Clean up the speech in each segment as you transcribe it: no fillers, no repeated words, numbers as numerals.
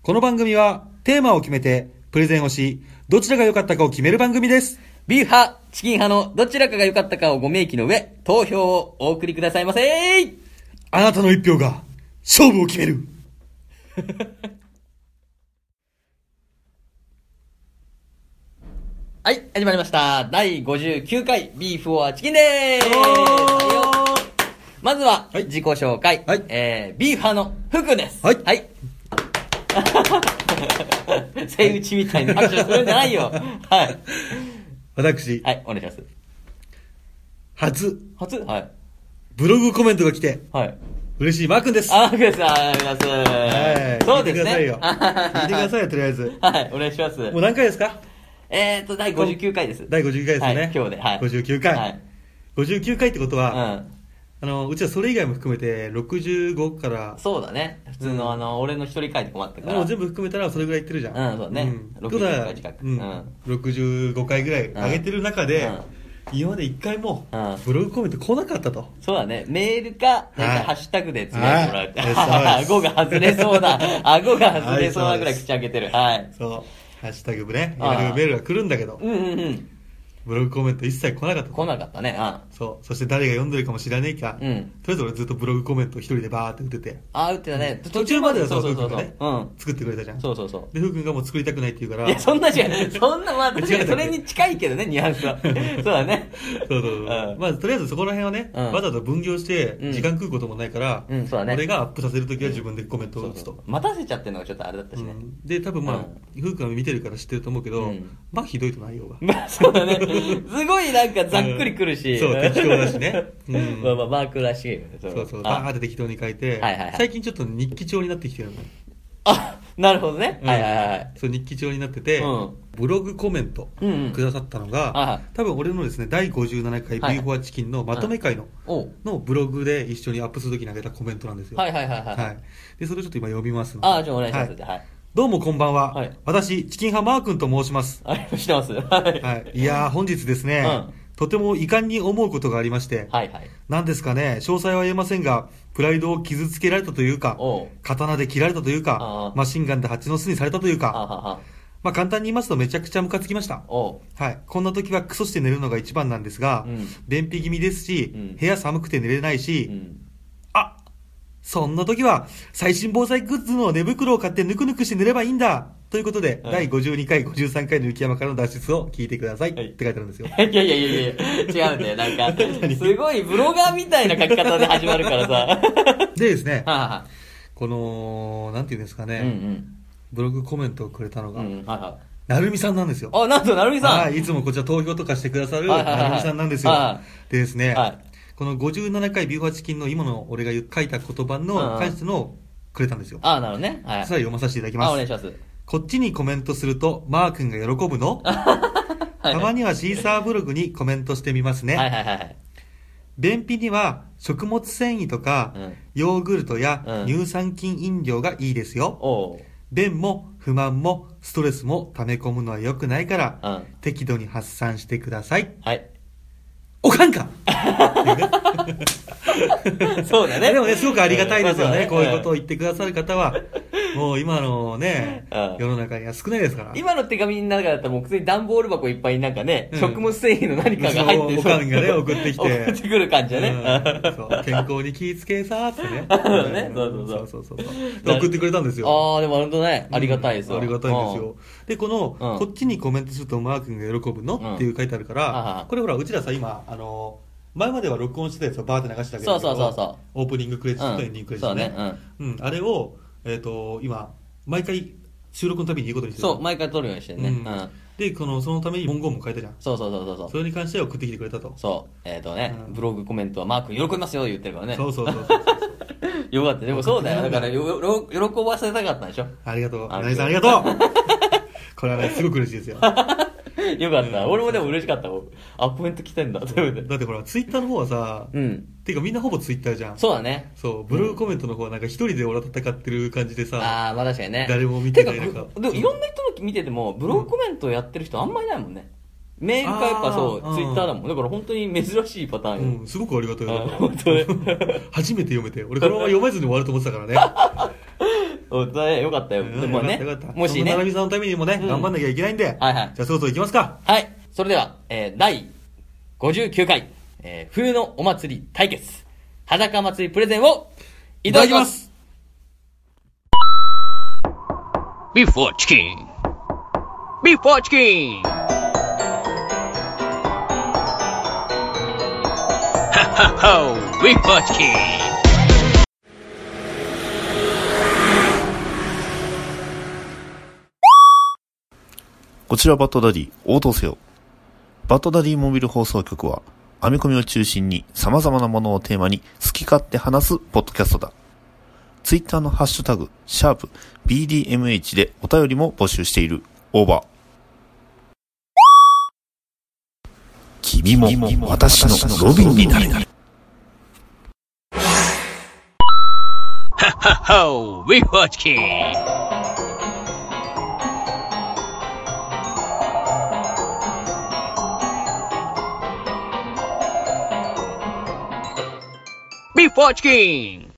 この番組はテーマを決めてプレゼンをし、どちらが良かったかを決める番組です。 ビーフ派、チキン派のどちらかが良かったかをご明記の上、投票をお送りくださいませ。 あなたの一票が勝負を決める。 はい、始まりました。第59回ビーフォアチキンでーす。まずは、自己紹介。 はい、 ビーフ派の福です。 はい。 はい。セイウチみたいな拍手するんじゃないよ。はい。 私。 はい、お願いします。 初はい。 ブログコメントが来て。 はい。 嬉しい、マー君です。 マー君です。ありがとうございます。 はい。 そうですね。 聞いてくださいよ。聞いてくださいよ、とりあえず。 はい、お願いします。 もう何回ですか？ 第59回です。 第59回ですよね。 はい、今日で。はい。 59回。はい。59回ってことは、うちはそれ以外も含めて65から。 そうだね。普通の、俺の一人回で困ったから。 もう全部含めたらそれぐらいいってるじゃん。 うん、そうね。65回近く。 65回ぐらい上げてる中で、今まで一回もブログコメント来なかったと。 そうだね。メールか、なんかハッシュタグでつぶやいてもらうって。顎が外れそうだ。顎が外れそうなぐらい口開けてる。はい。 そう。ハッシュタグね、いろいろメールが来るんだけど。ブログコメント一切来なかった。 来なかったね。 そう。そして誰が読んでるかも知らねえか。とりあえず俺ずっとブログコメント一人でバーって打ってて。 打ってたね。 途中まではそう、ふうくんがね、作ってくれたじゃん。 そう。 で、ふうくんがもう作りたくないって言うから。 いや、そんな違う。そんな、まあ、それに近いけどね、ニュアンスは。そうだね。 そう。まあ、とりあえずそこら辺はね、わざわざ分業して、時間食うこともないから、俺がアップさせるときは自分でコメントを打つと。 待たせちゃってるのがちょっとあれだったしね。 で、多分まあ、ふうくんは見てるから知ってると思うけど、まあ、ひどいと内容が。 まあ、そうだね。すごいなんかざっくりくるし。 そう、適当だしね。 まあ、マークらしい。 そう、バーって適当に書いて、最近ちょっと日記帳になってきてるの。 なるほどね。 そう、日記帳になってて、ブログコメントくださったのが、多分俺のですね、第57回ビーフォアチキンのまとめ会のブログで一緒にアップするときにあげたコメントなんですよ。で、それをちょっと今読みますので。 じゃあお願いします。 どうもこんばんは。私、チキン派マー君と申します。 知ってます。 いやー、本日ですね、とても遺憾に思うことがありまして、何ですかね、詳細は言えませんが、プライドを傷つけられたというか、刀で切られたというか、マシンガンで蜂の巣にされたというか、まあ簡単に言いますとめちゃくちゃムカつきました。こんな時はクソして寝るのが一番なんですが、便秘気味ですし、部屋寒くて寝れないし、そんな時は最新防災グッズの寝袋を買ってぬくぬくして寝ればいいんだということで、第52回、53回の雪山からの脱出を聞いてください、って書いてあるんですよ。 いや、違うんだよ。なんか、すごいブロガーみたいな書き方で始まるからさ。 でですね、この、なんていうんですかね、ブログコメントをくれたのが、なるみさんなんですよ。 なんとなるみさん。 いつもこちら投票とかしてくださるなるみさんなんですよ。でですね、この57回ビューファチキンの今の俺が書いた言葉の関してのくれたんですよ。 なるほどね。 さあ読まさせていただきます。 お願いします。 こっちにコメントするとマー君が喜ぶのたまにはシーサーブログにコメントしてみますね。便秘には食物繊維とか、ヨーグルトや乳酸菌飲料がいいですよ。便も不満もストレスも溜め込むのは良くないから、適度に発散してください。おかんかそうだね。 でもね、すごくありがたいですよね。こういうことを言ってくださる方は。もう今のね、世の中には少ないですから。 今の手紙の中だったらもう普通に段ボール箱いっぱいなんかね、食物繊維の何かが入ってる。 おかんがね、送ってきて。 送ってくる感じだね。 健康に気ぃつけさーってね。そう。送ってくれたんですよ。 でも本当ね、ありがたいですよ。 ありがたいんですよ。で、この、こっちにコメントするとマー君が喜ぶのっていう書いてあるから、これほら、うちらさ、今、前までは録音してたやつをバーって流してたけど、オープニングクレジットとエンディングクレジットね。あれを、今、毎回収録のために言うことにしてる。 そう、毎回撮るようにしてるね。 で、そのために文言も変えたじゃん。 そう。 それに関しては送ってきてくれたと。 そう。ブログコメントはマー君喜びますよ、言ってるからね。 そう。 よかった。でもそうだよ。だから、喜ばせたかったんでしょ。 ありがとう。なぎさんありがとうこれはね、すごく嬉しいですよ。 よかった。俺もでも嬉しかった。コメント来てんだ。だってほら、ツイッターの方はさ、ていうかみんなほぼツイッターじゃん。 そうだね。 そう、ブログコメントの方はなんか一人で俺は戦ってる感じでさ。 まあ確かにね。 誰も見てないのか。 でもいろんな人の見てても、ブログコメントやってる人あんまりいないもんね。メールかやっぱそう、ツイッターだもん。だから本当に珍しいパターン。 すごくありがたい。本当に。初めて読めて。俺このまま読めずに終わると思ってたからね。 よかったよ。でもね、 もしね。ななみさんのためにもね、頑張んなきゃいけないんで。はいはい。じゃあそろそろ行きますか。 はい。それでは、第59回、冬のお祭り対決、裸祭りプレゼンをいただきます。 ビーフォーチキン。ビーフォーチキン。ビーフォーチキン。 こちらバッドダディ応答せよ。バッドダディモビル放送局は編み込みを中心に様々なものをテーマに好き勝手話すポッドキャストだ。ツイッターのハッシュタグ#BDMH でお便りも募集している。オーバー。君も私のロビンになれ。 ビーフォーチキン。ビーフォーチキン。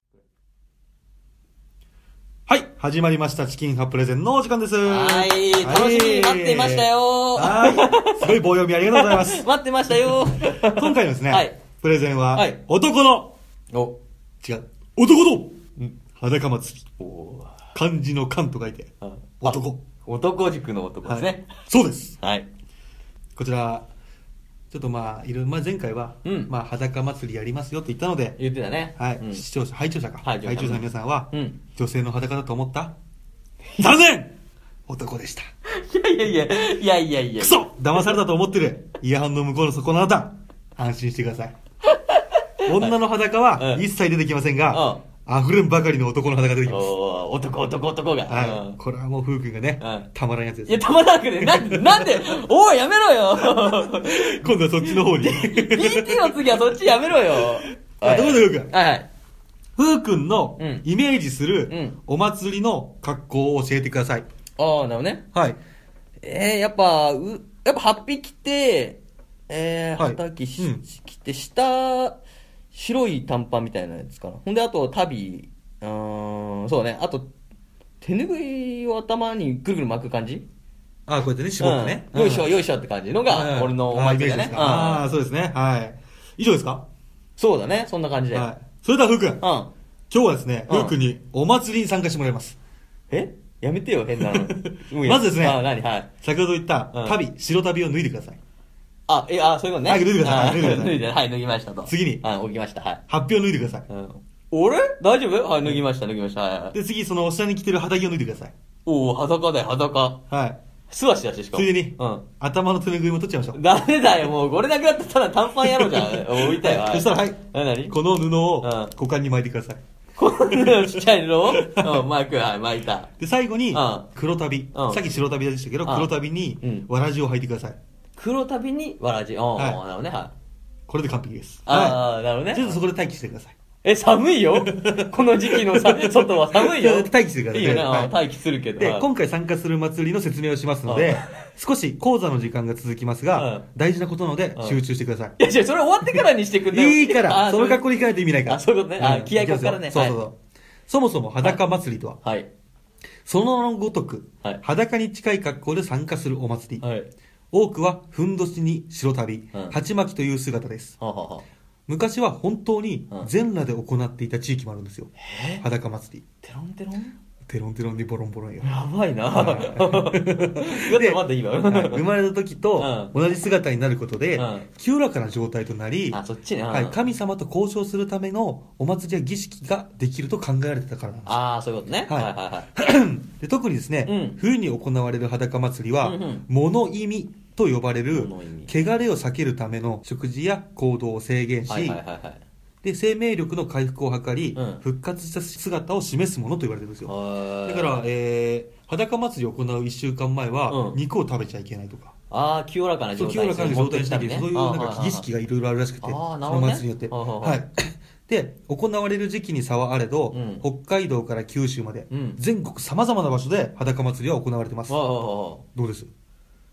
はい、始まりましたチキン派プレゼンのお時間です。 はい、楽しみに待ってましたよ。 はい、すごい棒読みありがとうございます。 待ってましたよ。 今回のですね、はい、プレゼンは、 はい、 男の、違う、男の、裸祭り。漢字の漢と書いて、男。 男塾の男ですね。 はい、そうです。 はい。 こちら、ちょっと前回は、裸祭りやりますよって言ったので、 言ってたね。 はい。拝聴者の皆さんは、女性の裸だと思った？残念！男でした。 いや。 クソ！騙されたと思ってる。イヤホンの向こうの底のあなた、安心してください。女の裸は一切出てきませんが、溢れんばかりの男の裸が出てきます。 男が。 はい。これはもう、ふうくんがね、たまらんやつです。 いや、たまらんくね。なんで、おい、やめろよ。 今度はそっちの方に。 BT の次はそっちやめろよ。 ところでふうくん。 はい。 ふうくんのイメージするお祭りの格好を教えてください。 ああ、なるほどね。 はい。 やっぱ、8匹着て、旗着て、下、白い短パンみたいなやつかな。ほんで、あと、そうね。あと、手ぬぐいを頭にぐるぐる巻く感じ？ こうやってね、絞ってね。 よいしょって感じのが、俺のお祭りだね。 そうですね。はい。以上ですか？ そうだね。そんな感じで。 はい。それでは、ふうくん。今日はですね、ふうくんにお祭りに参加してもらいます。 やめてよ、変なの。 まずですね、 はい。 先ほど言った、白旅を脱いでください。 そういうことね。 はい、脱いでください。 はい、脱ぎましたと。 次に。 置きました。はい。 発表脱いでください。 俺大丈夫？はい、脱ぎました。はい。 で、次、その下に着てる肌着を脱いでください。 裸だよ、裸。 はい。 素足だし、しかも。 ついでに、頭の手ぬぐいも取っちゃいましょう。 ダメだよ、もう、これなくなったら短パンやろうじゃん。置いたよ。 そしたら、はい。 何？ この布を股間に巻いてください。 このちっちゃい布を巻いた。 で、最後に、黒旅。さっき白旅でしたけど、黒旅に、わらじを履いてください。 黒旅にわらじ。なるほどね、はい。 これで完璧です。 なるほどね。 ちょっとそこで待機してください。 寒いよこの時期の外は寒いよ。 待機してください。 いいよね、待機するけど。 で、今回参加する祭りの説明をしますので、少し講座の時間が続きますが、大事なことなので集中してください。 いや、それ終わってからにしてくんだよ。 いいから、その格好で行かないと意味ないから。 そういうことね。気合いこっからね。 そう。そもそも裸祭りとは、その名のごとく、裸に近い格好で参加するお祭り。多くは、ふんどしに白旅、鉢巻きという姿です。昔は本当に全裸で行っていた地域もあるんですよ。裸祭り。 テロンテロンテロンテロンにボロンボロンよ。 やばいなで、まだいいわ。 生まれた時と同じ姿になることで、清らかな状態となり、 そっちね。 神様と交渉するためのお祭りや儀式ができると考えられてたからなんです。 そういうことね。 で、特にですね、冬に行われる裸祭りは、物意味と呼ばれる、汚れを避けるための食事や行動を制限し、で、生命力の回復を図り、復活した姿を示すものと言われてるんですよ。だから、裸祭りを行う1週間前は、肉を食べちゃいけないとか。 清らかな状態清らかな状態にしなきゃいけない。そういうなんか儀式がいろいろあるらしくて、その祭りによって。で、行われる時期に差はあれど、北海道から九州まで、全国様々な場所で裸祭りは行われてます。どうです？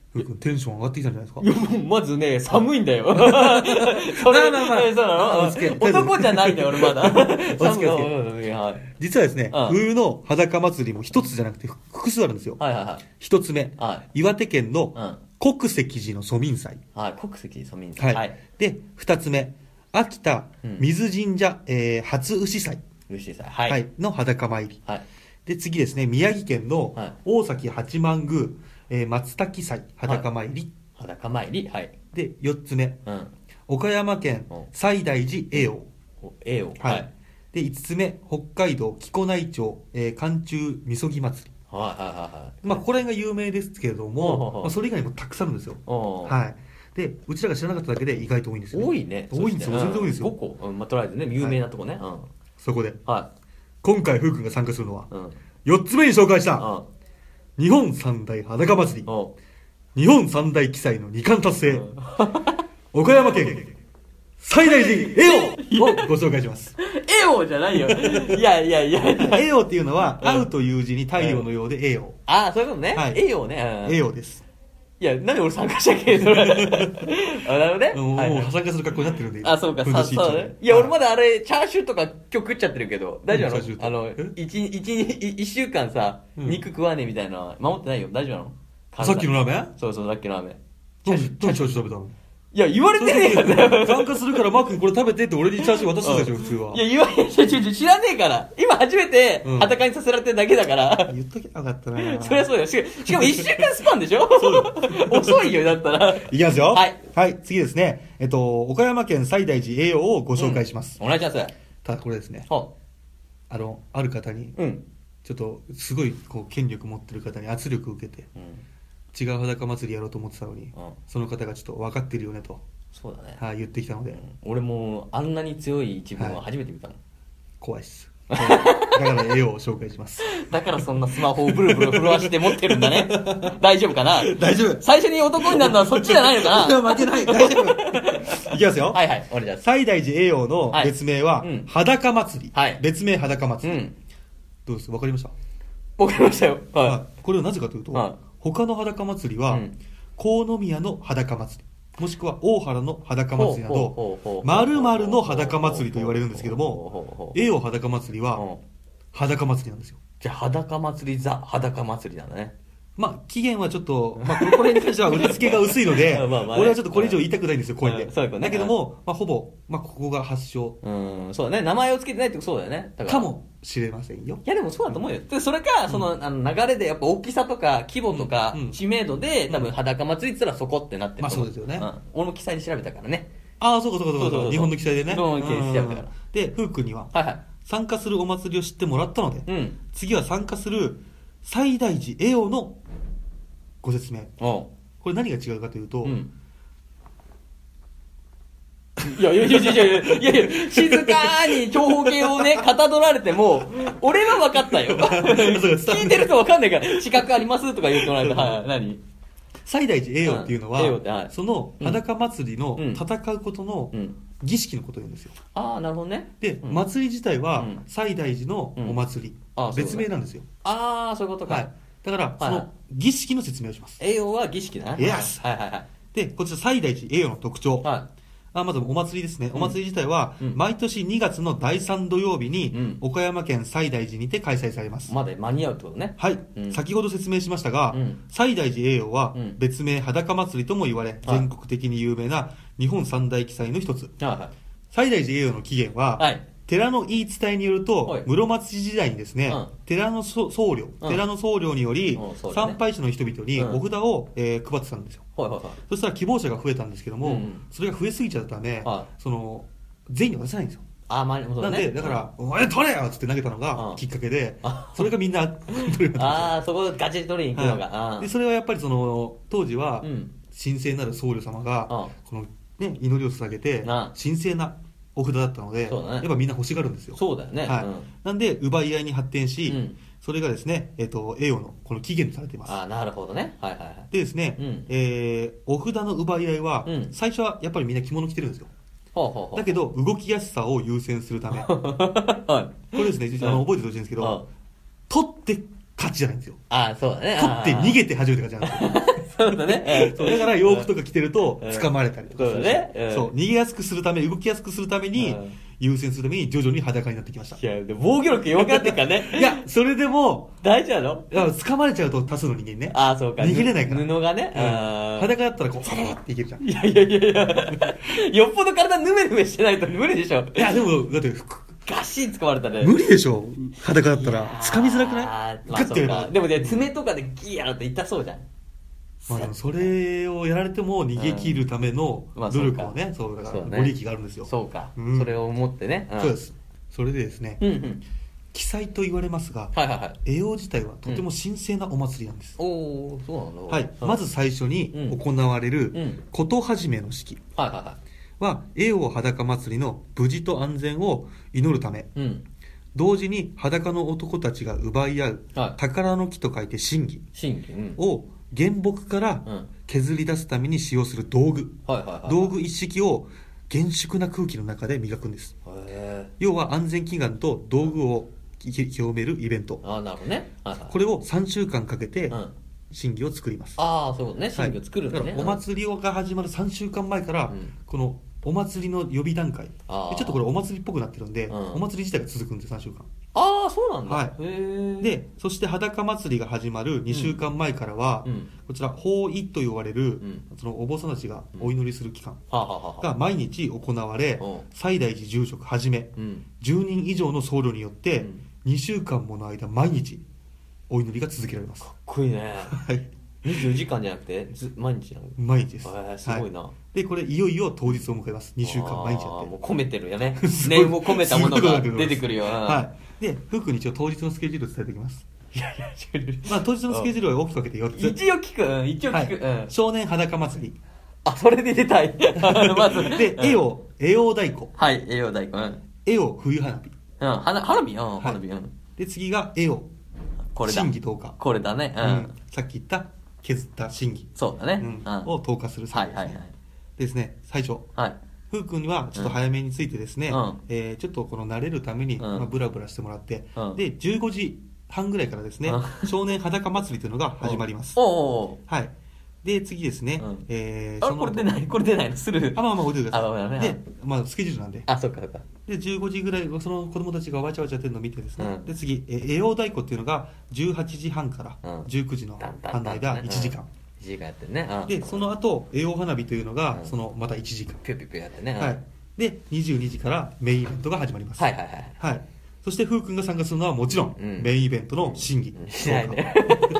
ふうくんテンション上がってきたんじゃないですか。 いや、もうまずね、寒いんだよ。それ、 まあまあまあそうなの男じゃないんだよ、俺まだ。 実はですね、冬の裸祭りも一つじゃなくて複数あるんですよ。 はいはいはい。 一つ目、岩手県の国石寺の蘇民祭。 はい、国石寺蘇民祭。 はい。で、二つ目、秋田水神社初牛祭。 牛祭。 はい。の裸参り。はい。で、次ですね、宮城県の大崎八幡宮松滝祭裸参り。 裸参り。はい。 で、4つ目、岡山県西大寺栄王。 栄王。 はい。で、5つ目、北海道木古内町寒中みそぎ祭り。はいはいはい。まあ、ここら辺が有名ですけれども、まあ、それ以外にもたくさんあるんですよ。はい。で、うちらが知らなかっただけで意外と多いんですよ、ね。 多いね。 多いんですよ。全然多いですよ。 5個。まあ、とりあえずね、有名なとこね。 そこで。はい。今回、ふうくんが参加するのは、4つ目に紹介した、日本三大裸祭り。日本三大奇祭の2冠達成。岡山県西大寺栄王をご紹介します。 栄王じゃないよ。いやいやいや。 栄王っていうのは、会うという字に太陽のようで栄王。 ああ、そういうことね。栄王ね。 栄王です。 いや、なんで俺参加したっけそれ。なるほどね。 もう参加する格好になってるんで。 あ、そうか、そうね。いや、俺まだあれ、チャーシューとか今日食っちゃってるけど、大丈夫なの一週間さ、肉食わねえみたいな、守ってないよ。大丈夫なのさっきのラーメンそうそう、さっきのラーメン。 何チャーシュー食べたのいや、言われてねえよ。 参加するから、マー君これ食べてって俺にチャーシュー渡すでしょ、普通は。 いや、言われて、知らねえから。今初めて裸にさせられてるだけだから。 言っときゃよかったな。 そりゃそうだよ。しかも1週間スパンでしょ遅いよ、だったら。 いきますよ。はい。はい、次ですね。岡山県西大寺栄王をご紹介します。 お願いします。 ただこれですね。ある方に、ちょっと、すごい、こう、権力持ってる方に圧力を受けて、違う裸祭りやろうと思ってたのに、その方がちょっと分かってるよねと。 そうだね。 はい、言ってきたので。 俺もあんなに強い自分は初めて見たの。 怖いっす。だから絵を紹介します。 だからそんなスマホをブルブル震わして持ってるんだね。大丈夫かな大丈夫。 最初に男になるのはそっちじゃないのかな負けない。大丈夫。いきますよ。 はいはい、俺じゃ西大寺栄王の別名は、裸祭り。別名裸祭り。どうですかわかりましたわかりましたよ。 これはなぜかというと、他の裸祭りは、鴻宮の裸祭り。もしくは大原の裸祭りなど、〇〇の裸祭りと言われるんですけども、栄王裸祭りは、裸祭りなんですよ。 じゃあ裸祭り裸祭りなんだね。 まあ、期限はちょっと、まあ、これに関しては売り付けが薄いので、俺はちょっとこれ以上言いたくないんですよ、声で。だけども、まあ、ほぼ、まあ、ここが発祥。 そうだね。名前を付けてないってそうだよね。 かもしれませんよ。 いや、でもそうだと思うよ。で、それか、その、流れでやっぱ大きさとか規模とか知名度で、多分裸祭りって言ったらそこってなってる。 まあ、そうですよね。 俺も記載で調べたからね。 ああ、そうかそうかそうか。日本の記載でね。 日本の記載で調べたから。 で、ふうくんには、参加するお祭りを知ってもらったので、次は参加する西大寺栄王のご説明。これ何が違うかというと、 いや、静かに長方形をね、かたどられても、俺は分かったよ。聞いてると分かんないから、資格ありますとか言ってもらえると、何西大寺栄王っていうのは、その裸祭りの戦うことの儀式のことを言うんですよ。 ああ、なるほどね。 で、祭り自体は西大寺のお祭り。別名なんですよ。 ああ、そういうことか。 だから、その儀式の説明をします。 栄王は儀式だね。 イエス。で、こちら西大寺栄王の特徴。まずお祭りですね。お祭り自体は、毎年2月の第3土曜日に、岡山県西大寺にて開催されます。 まだ間に合うってことね。 はい。先ほど説明しましたが、西大寺栄王は、別名裸祭りとも言われ、全国的に有名な日本三大奇祭の一つ。西大寺栄王の起源は、寺の言い伝えによると、室町時代にですね、寺の僧侶により、参拝者の人々にお札を配ってたんですよ。そしたら希望者が増えたんですけども、それが増えすぎちゃったため、その、全員に渡せないんですよ。なんで、だから、お前取れよっつって投げたのがきっかけで、それがみんな取れた。そこガチで取りに行くのが。 で、それはやっぱりその、当時は、神聖なる僧侶様が、この、ね、祈りを捧げて、神聖な、お札だったので、やっぱみんな欲しがるんですよ。 そうだよね。 なんで、奪い合いに発展し、それがですね、栄王のこの起源とされています。 なるほどね。 でですね、お札の奪い合いは、最初はやっぱりみんな着物着てるんですよ。だけど、動きやすさを優先するため。これですね、覚えててほしいんですけど、取って勝ちじゃないんですよ。 そうだね。 取って逃げて初めて勝ちなんですよ。 そうだね。 そうだから洋服とか着てると掴まれたりとかする。 そうだね。 そう、逃げやすくするため、動きやすくするために、優先するために徐々に裸になってきました。 いや、でも防御力弱くなってっからね。 いや、それでも、 大丈夫なの？ いや掴まれちゃうと多数の人間ね。 ああ、そうか。 逃げれないから。 布がね。 裸だったらこう、ファーっていけるじゃん。 いやいやいやいや。よっぽど体ヌメヌメしてないと無理でしょ。 いや、でも、だって、 ガシッ掴まれたね。 無理でしょ裸だったら。掴みづらくない？ グッてやれば。でもね、爪とかでギーやると痛そうじゃん。 まあでもそれをやられても逃げ切るための努力をね、そう、だからご利益があるんですよ。 そうか。それを思ってね。 そうです。それでですね、奇祭と言われますが、会陽自体はとても神聖なお祭りなんです。 おー、そうなんだ。 はい。まず最初に行われる事始めの式は、会陽裸祭りの無事と安全を祈るため、同時に裸の男たちが奪い合う宝の木と書いて神木を原木から削り出すために使用する道具一式を厳粛な空気の中で磨くんです。要は安全祈願と道具を清めるイベント。 なるほどね。 これを3週間かけて神木を作ります。 ああ、そうね。神木を作るんだね。 お祭りが始まる3週間前からこのお祭りの予備段階、ちょっとこれお祭りっぽくなってるんで、お祭り自体が続くんですよ、3週間。 ああ、そうなんだ。 はい。で、そして裸祭りが始まる2週間前からは、こちら法衣と呼ばれる、そのお坊さんたちがお祈りする期間が毎日行われ、西大寺住職はじめ、10人以上の僧侶によって、2週間もの間毎日お祈りが続けられます。 かっこいいね。 はい。 24時間じゃなくて毎日なの？ 毎日です。 すごいな。 で、これいよいよ当日を迎えます。2週間毎日やって。 もう込めてるよね。念を込めたものが出てくるよ。 はい。で、福に一応当日のスケジュールを伝えておきます。いやいや、まあ当日のスケジュールは大きく分けて4つ。 一応聞く。 少年裸祭り。 あ、それで出たい。まず。 で、栄陽太鼓。 はい、栄陽太鼓。 栄陽冬花火。 花火。 で、次が栄陽。 これだ。 神木投下。 これだね。 さっき言った削った神木。 そうだね。 を投下する作業ですね。ですね、最初。ふうくんにはちょっと早めについてですね、ちょっとこの慣れるためにブラブラしてもらって、で、15時半ぐらいからですね、少年裸祭りというのが始まります。はい。で、次ですね、 これ出ないのする。 まあ、置いてください。で、まあ、スケジュールなんで。 そっか。 で、15時ぐらい、その子供たちがわちゃわちゃやってるのを見てですね、で、次、栄陽太鼓っていうのが18時半から19時の間の間、1時間。 1時間やってね。 で、その後、栄陽花火というのが、また1時間。 ぴょぴょぴょやってね。 はい。で、22時からメインイベントが始まります。はい。そして、ふうくんが参加するのはもちろん、メインイベントの審議。 しないね。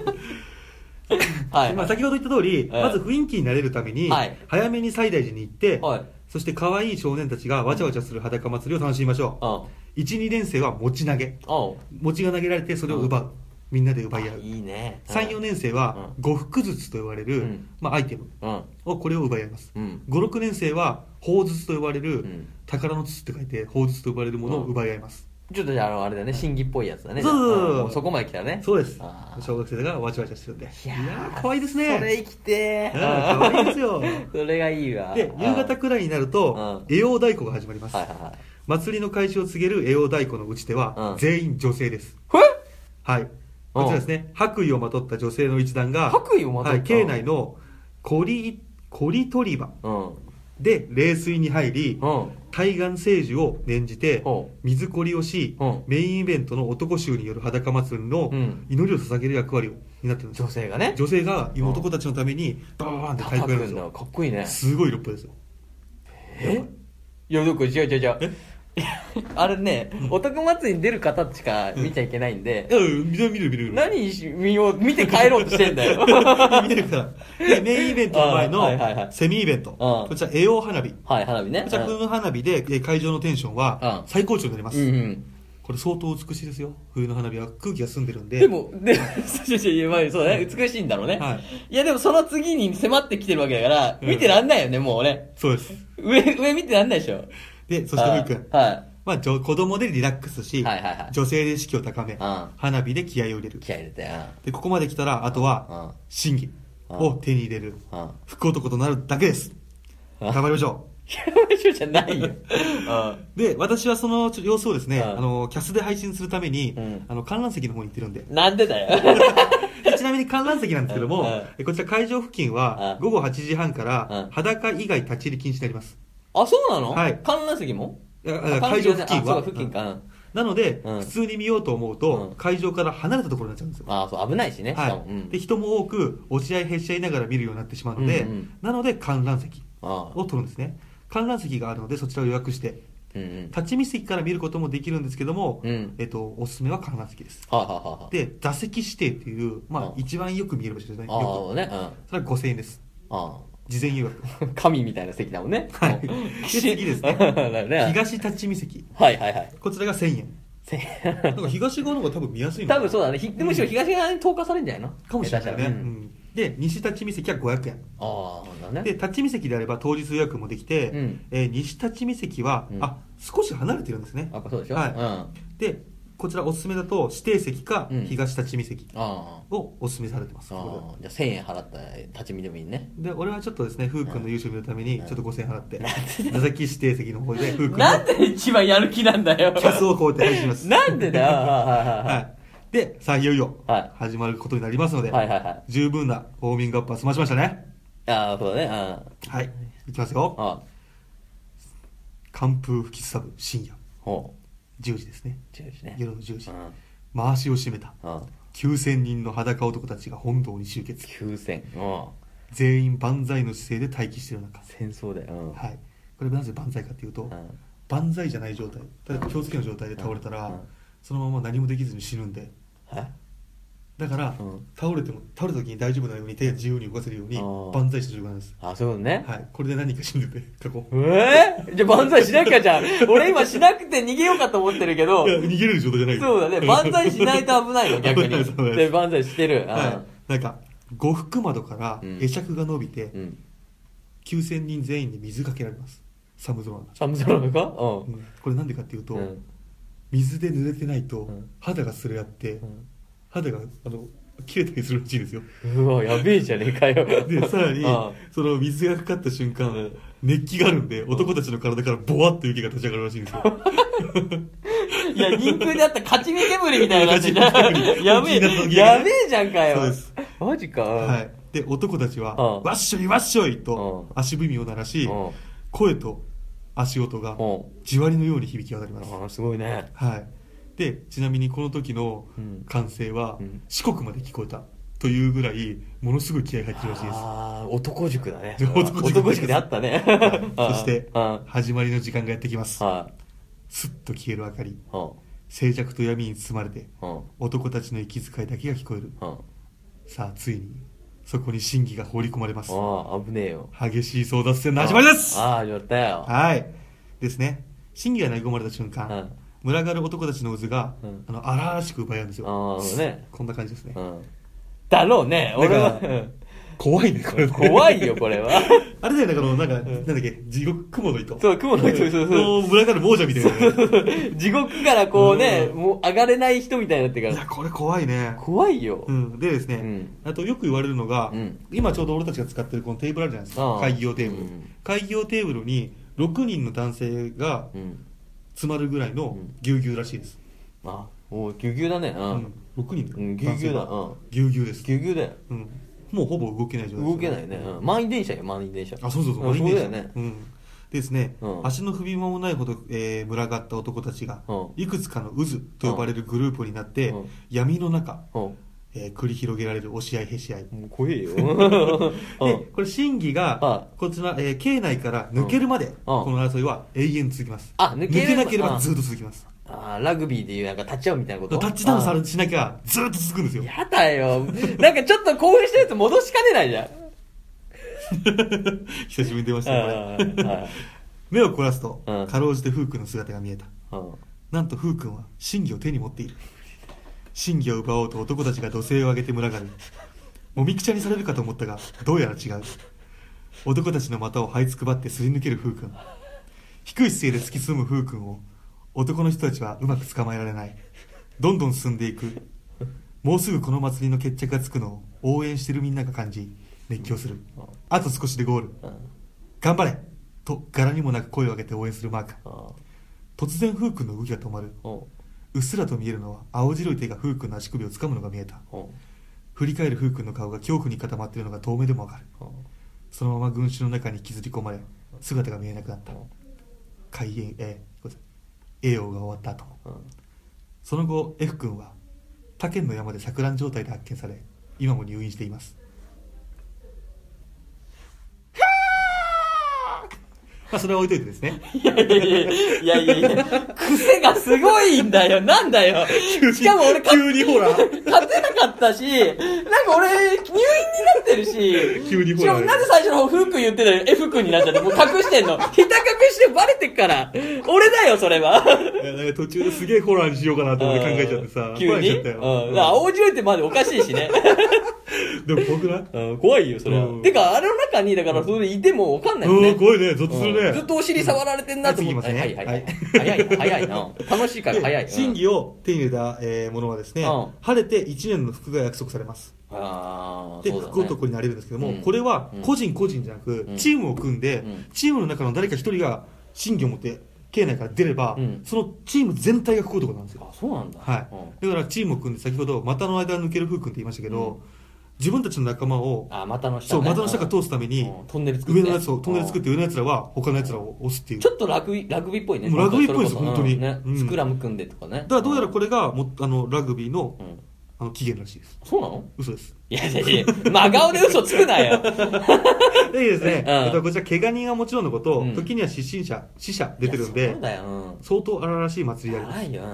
まあ先ほど言った通り、まず雰囲気になれるために、早めに西大寺に行って、そして可愛い少年たちがわちゃわちゃする裸祭りを楽しみましょう。1、2年生は餅投げ。餅が投げられてそれを奪う。みんなで奪い合う。 いいね。 3、4年生は呉服筒と呼ばれるアイテムをこれを奪い合います。5、6年生は宝筒と呼ばれる宝の筒って書いて宝筒と呼ばれるものを奪い合います。 ちょっとあれだね、審議っぽいやつだね。そこまで来たね。 そうです。小学生がわちゃわちゃしてるんで。いやー、可愛いですね。 それ生きてー。 可愛いですよ。 それがいいわ。 で、夕方くらいになると、栄陽太鼓が始まります。祭りの開始を告げる栄陽太鼓の打ち手は、全員女性です。はい。こちらですね、白衣をまとった女性の一団が、境内のコリ取り場で冷水に入り、対岸聖樹を念じて水こりをし、メインイベントの男衆による裸祭りの祈りを捧げる役割を担ってるんです。 女性がね。 女性が今男たちのためにバーンって太鼓やるんですよ。 かっこいいね。 すごい色っぽいですよ。 いや、違う。あれね、男祭りに出る方しか見ちゃいけないんで。 見る。 何見て帰ろうとしてんだよ。 見てるから。で、メインイベントの前のセミイベント。こちら、栄陽花火。 花火ね。 こちら、冬の花火で会場のテンションは最高潮になります。これ相当美しいですよ。冬の花火は空気が澄んでるんで。 そうね、美しいんだろうね。いや、でもその次に迫ってきてるわけだから、見てらんないよね、もうね。 そうです。 上見てらんないでしょ。 で、そしてふうくん。まあ、子供でリラックスし、女性で士気を高め、花火で気合を入れる。で、ここまで来たら、あとは、神技を手に入れる。福男となるだけです。頑張りましょう。 山椒じゃないよ。 で、私はその様子をですね、キャスで配信するために、観覧席の方に行ってるんで。 なんでだよ。 ちなみに観覧席なんですけども、こちら会場付近は、午後8時半から、裸以外立ち入り禁止になります。 あ、そうなの？ はい。 観覧席も？ 会場付近は。 そう付近か。 なので、普通に見ようと思うと、会場から離れたところになっちゃうんですよ。 そう、危ないしね。 はい。で、人も多く、押し合いへし合いながら見るようになってしまうので、なので観覧席を取るんですね。観覧席があるので、そちらを予約して、立ち見席から見ることもできるんですけども、おすすめは観覧席です。で、座席指定っていう、一番よく見える場所ですね。それは5000円です。事前予約。 神みたいな席だもんね。 はい。で、次ですね。東立ち見席。こちらが1000円。なんか東側の方が多分見やすいのかな。 多分そうだね。むしろ東側に投下されるんじゃないのかもしれないね。で、西立ち見席は500円。で、立ち見席であれば当日予約もできて、西立ち見席は、少し離れてるんですね。 そうでしょ。 で、こちらおすすめだと指定席か東立ち見席をおすすめされてます。 じゃあ1000円払ったら立ち見でもいいね。 で、俺はちょっとですね、ふうくんの優勝見るためにちょっと5000円払って、座席指定席の方でふうくんなんで一番やる気なんだよ。 キャスをこうやって配信します。 なんでだよ。はい。 で、さあいよいよ始まることになりますので、十分なウォーミングアップは済ましましたね。 そうだね。 はい。いきますよ。寒風吹きすさぶ深夜。10時ですね。夜の10時。回しを締めた。9000人の裸男たちが本堂に集結。 9000。 全員万歳の姿勢で待機している中。 戦争だよ。 はい。これなぜ万歳かというと、万歳じゃない状態。例えば気をつけの状態で倒れたら、そのまま何もできずに死ぬんで。だから、倒れた時に大丈夫なように手が自由に動かせるように万歳した状態なんです。 そういうことね。 はい。これで何人か死んでて、過去。 じゃあ万歳しなきゃじゃん。俺今しなくて逃げようかと思ってるけど。 いや、逃げれる状態じゃない。 そうだね。万歳しないと危ないの、逆に。で、万歳してる。 なんか、呉服窓から会釈が伸びて、9000人全員に水かけられます。寒空の中。 寒空の中？ これなんでかっていうと、水で濡れてないと肌がすれ合って、肌が切れたりするらしいんですよ。 うわ、やべえじゃねえかよ。 で、さらにその水がかかった瞬間、熱気があるんで、男たちの体からボワッと湯気が立ち上がるらしいんですよ。 いや、人空であった勝ち身煙みたいな感じな。やべえじゃんかよ。 そうです。 マジか。 はい。で、男たちはわっしょいわっしょいと足踏みを鳴らし、声と足音が地割りのように響き渡ります。 すごいね。 はい。で、ちなみにこの時の歓声は四国まで聞こえたというぐらいものすごい気合い入ってるらしいです。 男塾だね。男塾であったね。 そして始まりの時間がやってきます。スッと消える明かり、静寂と闇に包まれて男たちの息遣いだけが聞こえる。さあついにそこに真偽が放り込まれます。 危ねえよ。 激しい争奪戦の始まりです。 始まったよ。 はいですね。真偽が投げ込まれた瞬間、群がる男たちの渦が荒々しく奪い合うんですよ。こんな感じですね。 だろうね。俺は怖いね、これ。 怖いよ、これは。 あれだよね、なんだっけ、地獄、雲の糸。 そう、雲の糸、そう。 群がる亡者みたいな。 地獄からこうね、もう上がれない人みたいになってから。 いや、これ怖いね。 怖いよ。 でですね、あとよく言われるのが、今ちょうど俺たちが使ってるこのテーブルあるじゃないですか。会議用テーブル。会議用テーブルに6人の男性が詰まるぐらいのぎゅうぎゅうらしいです。 ぎゅうぎゅうだね。 6人ぎゅうぎゅうだ。 ぎゅうぎゅうです。 ぎゅうぎゅうだよ。 もうほぼ動けない状態です。 動けないね。満員電車よ、満員電車。 そう、満員電車。 ね。 ですね、足の踏み間もないほど群がった男たちが、いくつかの渦と呼ばれるグループになって、闇の中、繰り広げられる押し合いへし合い。 怖えよ。 で、これ審議が、こちら、境内から抜けるまで、この争いは永遠続きます。 抜けなければずっと続きます。 ラグビーでいうなんかタッチアウトみたいなこと？ タッチダウンしなきゃずっと続くんですよ。 やだよ。なんかちょっと興奮したやつ戻しかねないじゃん。 久しぶりに出ましたね。目を凝らすと、かろうじてフー君の姿が見えた。なんとフー君は真偽を手に持っている。真偽を奪おうと男たちが怒声を上げて群がる。もみくちゃにされるかと思ったが、どうやら違う。男たちの股を這いつくばってすり抜けるフー君。低い姿勢で突き進むフー君を男の人たちはうまく捕まえられない。どんどん進んでいく。もうすぐこの祭りの決着がつくのを応援してるみんなが感じ熱狂する。あと少しでゴール。頑張れと柄にもなく声を上げて応援するマー君。突然フー君の動きが止まる。うっすらと見えるのは青白い手がフー君の足首を掴むのが見えた。振り返るフー君の顔が恐怖に固まっているのが遠目でもわかる。そのまま群衆の中に引きずり込まれ姿が見えなくなった。開演栄養が終わった後、その後 F 君は他県の山で錯乱状態で発見され今も入院しています。まあそれは置いといてですね。 いや癖がすごいんだよ。なんだよ。しかも俺急にほら勝てなかったし、なんか俺入院になってるし、 急にほら。 しかもなんで最初の方フー君言ってたのに F 君になっちゃって、もう隠してんの。ひた隠してバレてっから。俺だよそれは。 なんか途中ですげえホラーにしようかなと思って考えちゃってさ。 急に。青白いってまでおかしいしね。 でも怖くない？ 怖いよそれは。てかあれの中にだからそれいてもわかんないよね。 怖いね。ずっとするね。 ずっとお尻触られてんなと思って。はい。早いな。楽しいから早い。 真偽を手に入れたものはですね、晴れて1年の福が約束されます。で、福男になれるんですけども、これは個人じゃなく、チームを組んで、チームの中の誰か一人が真偽を持って境内から出れば、そのチーム全体が福男なんですよ。 あ、そうなんだ。 はい。だからチームを組んで、先ほど股の間抜ける風君って言いましたけど、自分たちの仲間を股の下から通すためにトンネル作って上のやつをトンネル作って上のやつらは他のやつらを押すっていう。 ちょっとラグビーっぽいね。 ラグビーっぽいです本当に。 スクラム組んでとかね。 だからどうやらこれがラグビーの起源らしいです。 そうなの？ 嘘です。 いや真顔で嘘つくなよ。 でですね、こちら怪我人はもちろんのこと、時には死者出てるんで、相当荒々しい祭りであります。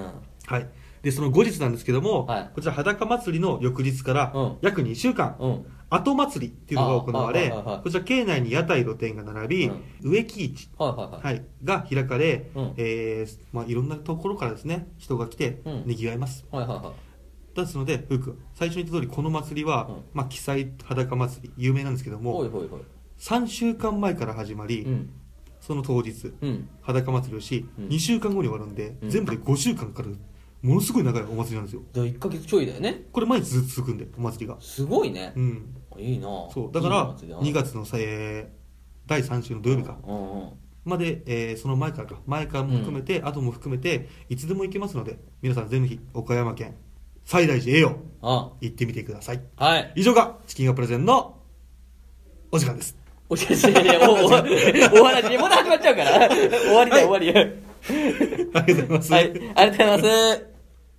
はい。でその後日なんですけども、こちら裸祭りの翌日から約2週間、後祭りっていうのが行われ、こちら境内に屋台露店が並び、植木市が開かれ、いろんなところからですね人が来て賑わいます。ですのでフー君最初に言った通りこの祭りは奇祭裸祭り有名なんですけども、3週間前から始まり、その当日裸祭りをし2週間後に終わるんで、全部で5週間かかるものすごい長いお祭りなんですよ。 1ヶ月ちょいだよね。 これ毎日ずっと続くんでお祭りがすごいね。いいな。 そうだから2月の第3週の土曜日かまで、その前からも含めて、後も含めていつでも行けますので、皆さんぜひ岡山県西大寺へよ行ってみてください。以上がチキンがプレゼンのお時間です。 お話まだ始まっちゃうから終わりだ。 ありがとうございます。 はい、ありがとうございます。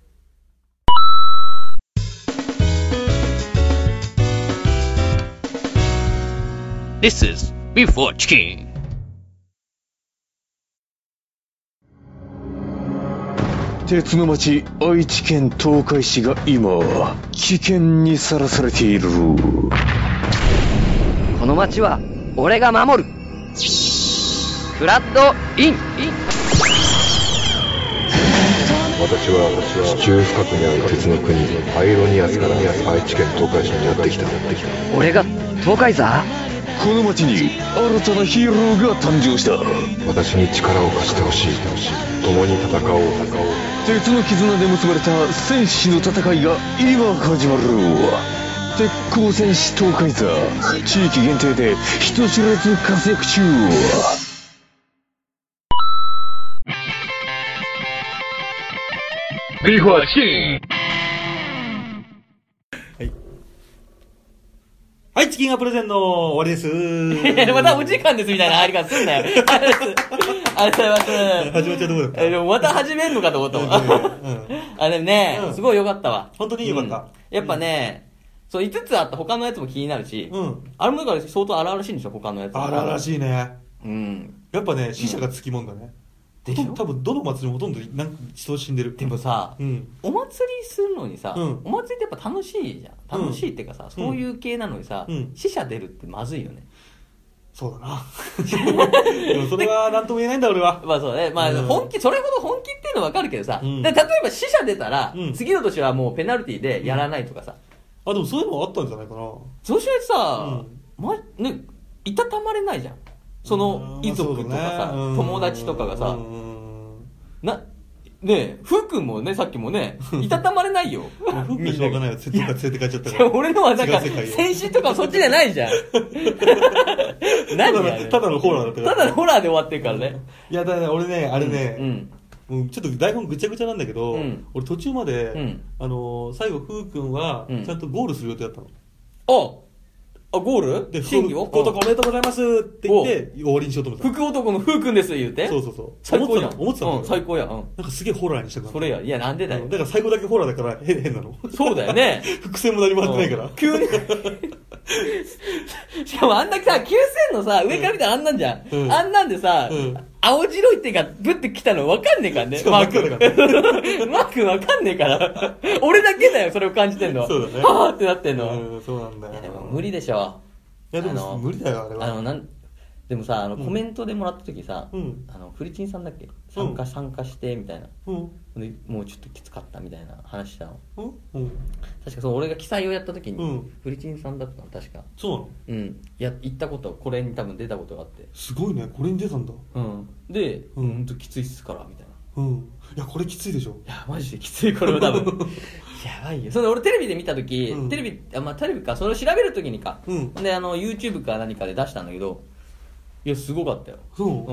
This is Before Chicken. 鉄の町愛知県東海市が今危険にさらされている。 この町は俺が守る。フラッドイン。 私は地中深くにある鉄の国アイロニアスから愛知県東海市にやってきた。 俺が東海座？ この町に新たなヒーローが誕生した。 私に力を貸してほしい。共に戦おう。 鉄の絆で結ばれた戦士の戦いが今始まる。鉄鋼戦士東海座、地域限定で人知れず活躍中。 ビーフォーチキン。 はい、チキンがプレゼンの終わりです。 またお時間ですみたいな入り方すんなよ。ありがとうございます。 始まっちゃうとこだった。 でもまた始めんのかと思ったもん。でもね、すごい良かったわ。 本当に良かった。 やっぱね、そう5つあった他のやつも気になるし、あれもだから相当荒々しいんでしょ他のやつ。 荒々しいね。やっぱね死者がつきもんだね。多分どの祭りもほとんど人死んでる。 でもさ、お祭りするのにさ、お祭りってやっぱ楽しいじゃん。楽しいっていうかさ、そういう系なのにさ、死者出るってまずいよね。 そうだな。でもそれは何とも言えないんだ俺は。 まあそうね。それほど本気っていうのはわかるけどさ、例えば死者出たら、次の年はもうペナルティでやらないとかさ。 でもそういうのあったんじゃないかな。 そうしないとさ、いたたまれないじゃん。その遺族とかさ、友達とかがさ、 ねえ、ふうくんもね、さっきもね、いたたまれないよ。 ふうくんしょうがないよ。連れて帰っちゃったから。 俺のはなんか、先週とかそっちじゃないじゃん。何やただのホラーだったから。 ただのホラーで終わってるからね。 いや、だから俺ね、あれね、ちょっと台本ぐちゃぐちゃなんだけど、俺途中まで、最後、ふうくんは、ちゃんとゴールする予定だったの。 あ、ゴールで、審議を福男おめでとうございますって言って、終わりにしようと思った。 福男のふうくんです言うて。 そうそうそう。 最高やん。 思ってたの。 最高やん。 なんかすげえホラーにしたくなった。 それや。いや、なんでだよ。 だから最後だけホラーだから変なの。 そうだよね。 伏線も何もやってないから。 急に。しかもあんだけさ、9000のさ、上から見たらあんなんじゃん。あんなんでさ、青白い手がぶってきたの分かんねえからね。マーク。マーク分かんねえから。俺だけだよ、それを感じてんの。 そうだね。 はぁってなってんの。 そうなんだよ。 いや、でも無理でしょ。 いやでも無理だよあれは。 でもさコメントでもらった時さ、フリチンさんだっけ参加してみたいな、でもうちょっときつかったみたいな話したの、確かそう俺が記載をやった時に、フリチンさんだったの確か。 そうなの？ 行ったことこれに多分出たことがあって。 すごいね、これに出たんだ。 でほんときついっすからみたいな。 いやこれきついでしょ。 いやマジできついこれは多分。やばいよ。それ俺テレビで見た時、テレビかそれを調べる時にか、でYouTube か何かで出したんだけど、いやすごかったよ。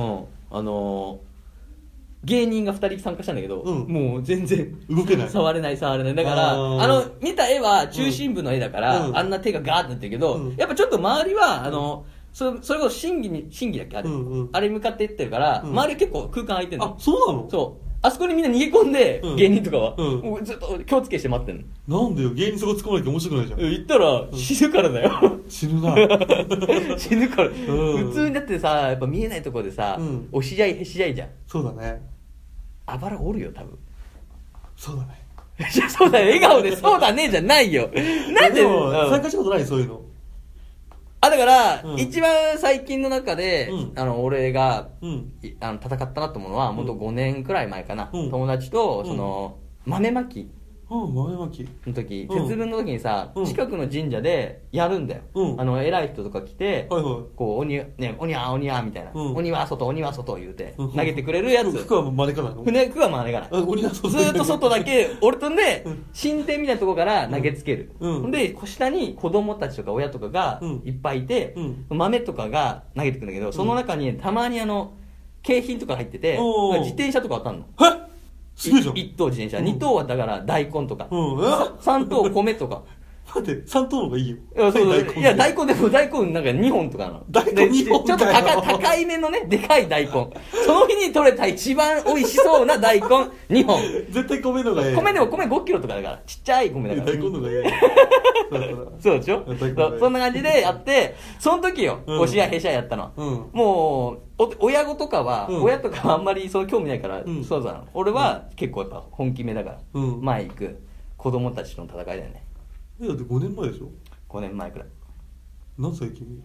芸人が2人参加したんだけど、もう全然動けない、 触れないだから見た絵は中心部の絵だから、あんな手がガーってなってるけど、やっぱちょっと周りはそれこそ審議だっけあれ、あれ向かっていってるから、周り結構空間空いてるの。 あ、そうなの？ そう。あそこにみんな逃げ込んで、芸人とかは、もうずっと気をつけして待ってんの。なんでよ、芸人そこ突っ込まなきゃ面白くないじゃん。 行ったら、死ぬからだよ。 死ぬな。 死ぬから。普通にだってさ、やっぱ見えないところでさ、押し合いへし合いじゃん。 そうだね。 あばら折るよ、多分。 そうだね。 いや、そうだよ、笑顔でそうだねじゃないよ。なんで参加したことないそういうの。 だから、一番最近の中で、俺が、戦ったなと思うのは、もっと5年くらい前かな。友達と、豆まき。 豆まきの時、節分の時にさ、近くの神社でやるんだよ。偉い人とか来て、こう、鬼はみたいな。鬼は外言うて、投げてくれるやつ。 服は招かないの？ 服は招かない。ずーっと外だけ、俺とね、神殿みたいなとこから投げつける。で、下に子供たちとか親とかがいっぱいいて、豆とかが投げてくるんだけど、その中にたまに景品とか入ってて、自転車とか当たんの。 すごいじゃん。 1等自転車、2等はだから大根とか、3等米とか。 待って、3等の方がいいよ。 いや、大根でも大根なんか2本とかなの。 大根2本ちょっと高いめのね、でかい大根。その日に採れた一番美味しそうな大根2本。 絶対米のがいい。 米5キロとかだから、ちっちゃい米だから。 大根のがいい。 そうでしょ？そんな感じでやって、その時よ、押し合いへし合いやったの。もう、親子とかは、親とかはあんまり興味ないから、そうだな。俺は結構やっぱ本気目だから、前行く子供たちとの戦いだよね。 だって5年前でしょ ？5年前くらい。 何歳君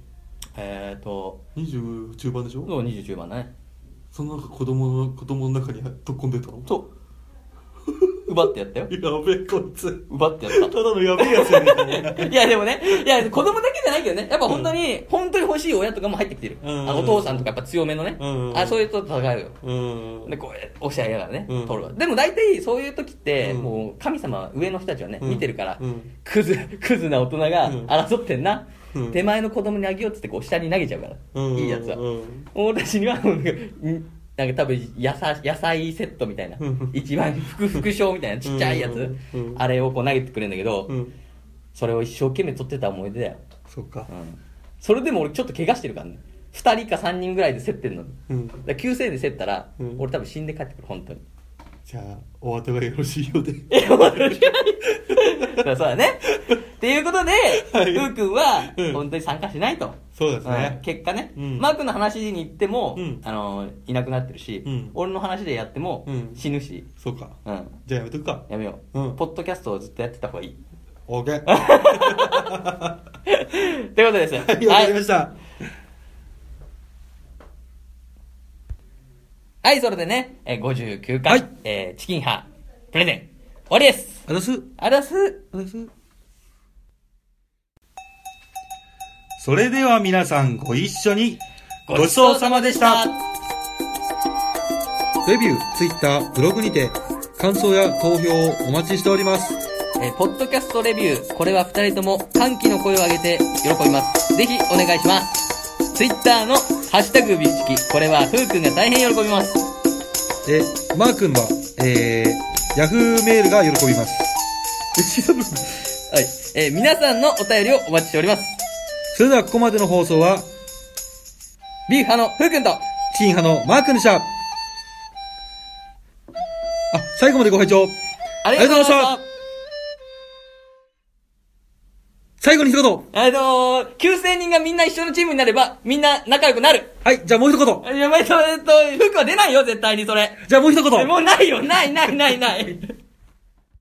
？20中盤でしょ？ そう、20中盤だね。 その子供の中に飛っ込んでたの？ そう。奪ってやったよ。 やべえ、こいつ。 奪ってやった。 ただのやべえやつやね。 いや、でもね、子供だけじゃないけどね、やっぱ本当に欲しい親とかも入ってきてる。お父さんとかやっぱ強めのね。そういうと戦うよ。で、こう、押し合いながらね、取るわ。でも大体そういう時って、もう神様、上の人たちはね、見てるから、クズな大人が争ってんな。手前の子供にあげようっつってこう下に投げちゃうから、いいやつは。俺たちには、なんか多分野菜セットみたいな、一番副賞みたいなちっちゃいやつ、あれをこう投げてくれるんだけど、それを一生懸命取ってた思い出だよ。 そっか。 それでも俺ちょっと怪我してるからね。2人か3人ぐらいで競ってんのに。だから9000円で競ったら、俺多分死んで帰ってくる、本当に。 じゃあ、お後がよろしいようで。 お後がよろしいそうだね。っていうことで、ふうくんは、本当に参加しないと。 そうですね。 結果ね、マークの話に行っても、いなくなってるし、俺の話でやっても死ぬし。 そうか。じゃあやめとくか。 やめよう。ポッドキャストをずっとやってた方がいい。 OK。 ということです。はい、 わかりました。 はい、それでね、59回、チキンハープレゼン終わりです。 あざす。 あざす。 それでは皆さんご一緒にごちそうさまでした。レビュー、ツイッター、ブログにて感想や投票をお待ちしております。 ポッドキャストレビュー、これは2人とも歓喜の声を上げて喜びます。ぜひお願いします。ツイッターのハッシュタグビフチキ、これはふうくんが大変喜びます。 マー君は、ヤフーメールが喜びます。 はい。皆さんのお便りをお待ちしております。 それではここまでの放送は、 ビーフ派のふうくんと、 チキン派のマー君でした。最後までご拝聴ありがとうございました。 最後に一言。 9000人がみんな一緒のチームになれば、みんな仲良くなる。 はい、じゃあもう一言。 いや、フークは出ないよ、絶対にそれ。 じゃあもう一言。 もうないよ、ない。